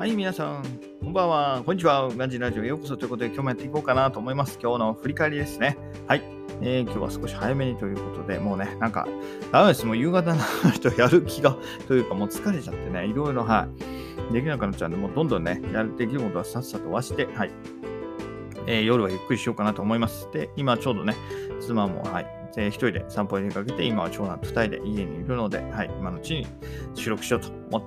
はい、皆さん、こんばんは。こんにちは。ガンジーラジオへようこそということで、今日もやっていこうかなと思います。今日の振り返りですね。はい。今日は少し早めにということで、もうね、ダメです。もう夕方になるとやる気が、というかもう疲れちゃってね、いろいろ、できなくなっちゃうんで、もうどんどんね、やるできることはさっさと終わして、夜はゆっくりしようかなと思います。で、今ちょうどね、妻も、一人で散歩に出かけて、今は長男と二人で家にいるので、今のうちに収録しようと思って、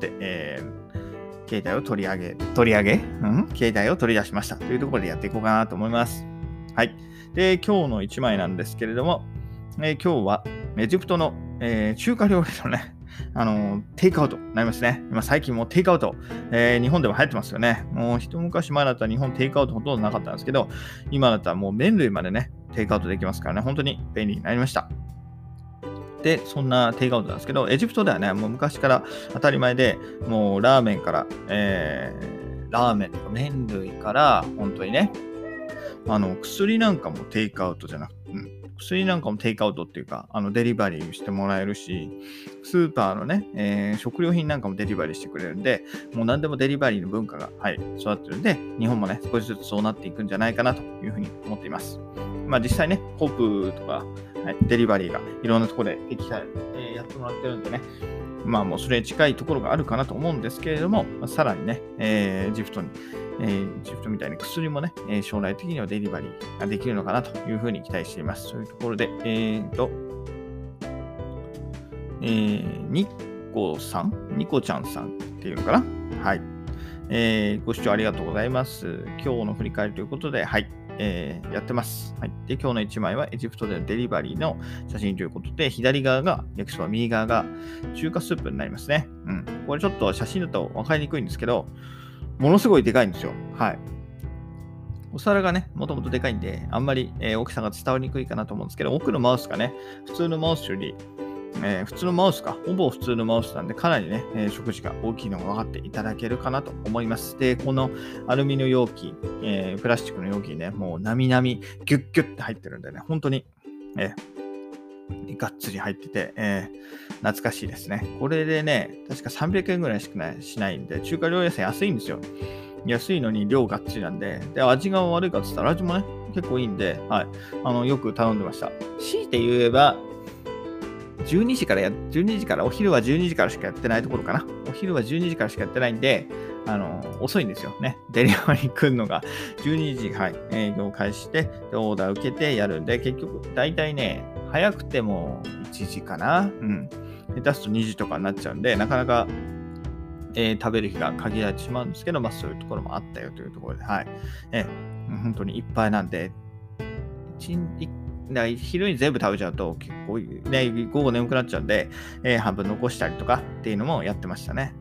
携帯を取り上げ、携帯を取り出しましたというところでやっていこうかなと思います。はい。で、今日の一枚なんですけれども、今日はエジプトの、中華料理のね、テイクアウトになりますね。今最近もうテイクアウト、日本でも流行ってますよね。もう一昔前だったら日本テイクアウトほとんどなかったんですけど、今だったらもう麺類までね、テイクアウトできますからね、本当に便利になりました。で、そんなテイクアウトなんですけど、エジプトではね、もう昔から当たり前で、もうラーメンから、ラーメンとか麺類から、本当にね、薬なんかもテイクアウトじゃなくて、薬なんかもテイクアウトっていうか、デリバリーしてもらえるし、スーパーのね、食料品なんかもデリバリーしてくれるんで、もう何でもデリバリーの文化が、育ってるんで、日本もね、少しずつそうなっていくんじゃないかなというふうに思っています。実際ね、ホープとか、デリバリーがいろんなところでやってもらってるんでね、もうそれに近いところがあるかなと思うんですけれども、さらにね、エジプトみたいに薬もね、将来的にはデリバリーができるのかなというふうに期待しています。そういうところで、ニコちゃんさんっていうのかな。はい。ご視聴ありがとうございます。今日の振り返りということで、やってます。で、今日の1枚はエジプトでのデリバリーの写真ということで、左側が焼きそば、右側が中華スープになりますね。これちょっと写真だと分かりにくいんですけど、ものすごいでかいんですよ。お皿がね、もともとでかいんで、あんまり、大きさが伝わりにくいかなと思うんですけど、奥のマウスがね、普通のマウスより、ほぼ普通のマウスなんで、かなりね、食事が大きいのが分かっていただけるかなと思います。で、このアルミの容器、プラスチックの容器にね、もうなみなみギュッギュッって入ってるんでね、本当に、がっつり入ってて、懐かしいですね。これでね、確か300円ぐらいしないんで、中華料理屋さん安いんですよ。安いのに量がっつりなんで、味が悪いかって言ったら味もね、結構いいんで、よく頼んでました。強いて言えば、12時からお昼は12時からしかやってないところかな。お昼は12時からしかやってないんで、遅いんですよね。デリバリー来るのが12時、営業開始して、オーダー受けてやるんで、結局、だいたいね、早くても1時かな。下手すと2時とかになっちゃうんで、なかなか、食べる日が限られてしまうんですけど、そういうところもあったよというところで、本当にいっぱいなんで、昼に全部食べちゃうと結構ね、午後眠くなっちゃうんで、半分残したりとかっていうのもやってましたね。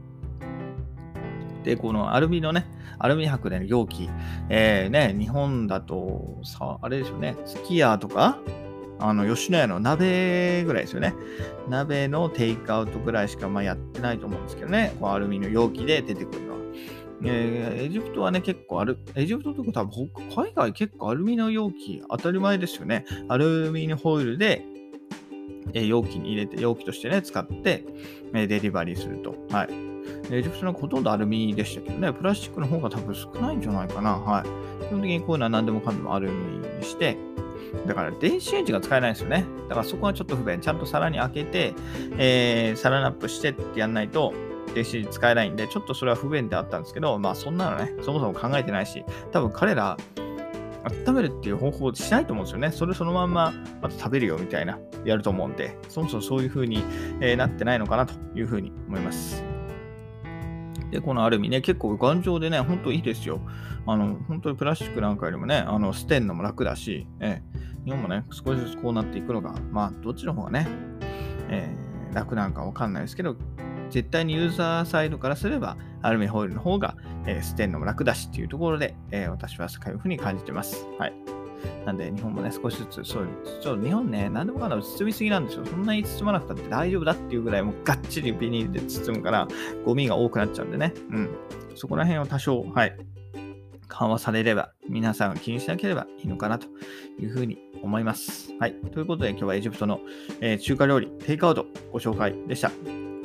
で、このアルミ箔での容器、日本だとあれですよね、すき家とか、吉野家の鍋ぐらいですよね。鍋のテイクアウトぐらいしかやってないと思うんですけどね、こうアルミの容器で出てくるのは。エジプトはね、結構エジプトとか多分海外結構アルミの容器当たり前ですよね。アルミのホイルで、容器に入れて、容器としてね、使って、デリバリーすると。エジプトなんかほとんどアルミでしたけどね、プラスチックの方が多分少ないんじゃないかな。基本的にこういうのは何でもかんでもアルミにして、だから電子レンジが使えないんですよね。だからそこはちょっと不便。ちゃんと皿に開けて、サランラップしてってやんないと、電子レンジ使えないんで、ちょっとそれは不便であったんですけど、そんなのね、そもそも考えてないし、多分彼ら、温めるっていう方法しないと思うんですよね。それそのまんま、また食べるよみたいな、やると思うんで、そもそもそういう風に、なってないのかなという風に思います。で、このアルミね、結構頑丈でね、ほんといいですよ。本当にプラスチックなんかよりもね、捨てんのも楽だし、日本もね、少しずつこうなっていくのが、どっちの方がね、楽なんかわかんないですけど、絶対にユーザーサイドからすれば、アルミホイルの方が、捨てんのも楽だしっていうところで、私はそういう風に感じてます。なんで、日本もね、少しずつ、日本ね、何でもかんでも包みすぎなんですよ。そんなに包まなくたって大丈夫だっていうぐらい、もうがっちりビニールで包むから、ゴミが多くなっちゃうんでね。そこら辺を多少、緩和されれば、皆さんが気にしなければいいのかなというふうに思います。ということで、今日はエジプトの、中華料理、テイクアウトご紹介でした。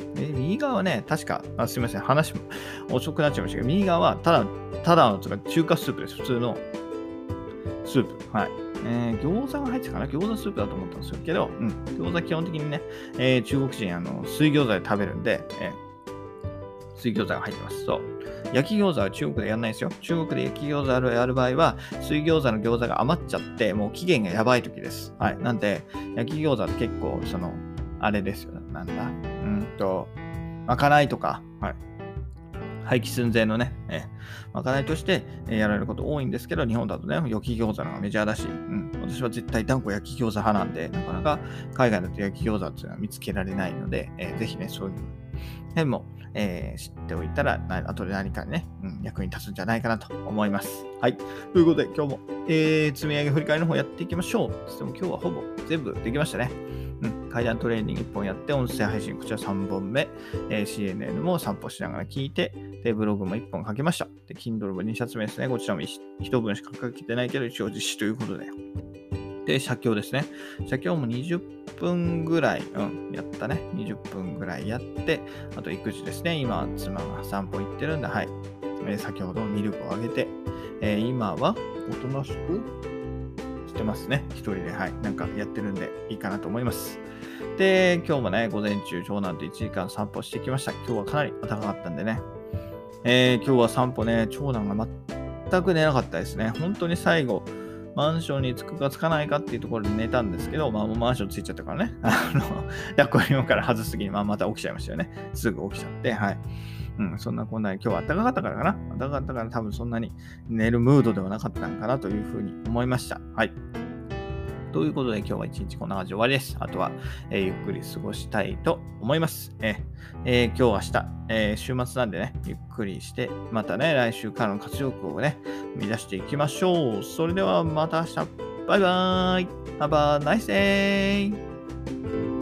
右側はね、確か、すいません、話も遅くなっちゃいましたけど、右側はただの中華スープです。普通のスープ。はい。餃子が入ってたかな、餃子スープだと思ったんですけど、餃子基本的にね、中国人、水餃子で食べるんで、水餃子が入ってます。そう。焼き餃子は中国でやんないですよ。中国で焼き餃子やる場合は、水餃子の餃子が余っちゃって、もう期限がやばい時です。はい。なんで、焼き餃子って結構、あれですよ。なんだまかないとか、はい。廃棄寸前のね、まかないとして、やられること多いんですけど、日本だとね、焼き餃子のがメジャーだし、私は絶対断固焼き餃子派なんで、なかなか海外だと焼き餃子っていうのは見つけられないので、ぜひね、そういう辺も、知っておいたら、後で何かね、役に立つんじゃないかなと思います。はい。ということで、今日も、積み上げ振り返りの方やっていきましょう。そしても今日はほぼ全部できましたね。階段トレーニング1本やって、音声配信こちら3本目、CNN も散歩しながら聞いて、で、ブログも1本書けました。で、Kindle も2冊目ですね。こちらも1文しか書けてないけど、一応実施ということで。で、写経ですね。写経も20分ぐらい、やったね。20分ぐらいやって、あと育児ですね。今、妻が散歩行ってるんで、はい。先ほどミルクをあげて、今はおとなしくしてますね。一人で、はい。なんかやってるんでいいかなと思います。で、今日もね、午前中、長男と1時間散歩してきました。今日はかなり暖かかったんでね。今日は散歩ね、長男が全く寝なかったですね。本当に最後、マンションに着くか着かないかっていうところで寝たんですけど、もうマンション着いちゃったからね。抱っこ紐から外すときに、また起きちゃいましたよね。すぐ起きちゃって、はい。そんなこんなに今日は暖かかったからかな。暖かかったから多分そんなに寝るムードではなかったのかなというふうに思いました。はい。ということで今日は一日こんな感じで終わりです。あとは、ゆっくり過ごしたいと思います。今日明日、週末なんでね、ゆっくりして、またね、来週からの活力をね、生み出していきましょう。それではまた明日。バイバーイ。Have a nice day!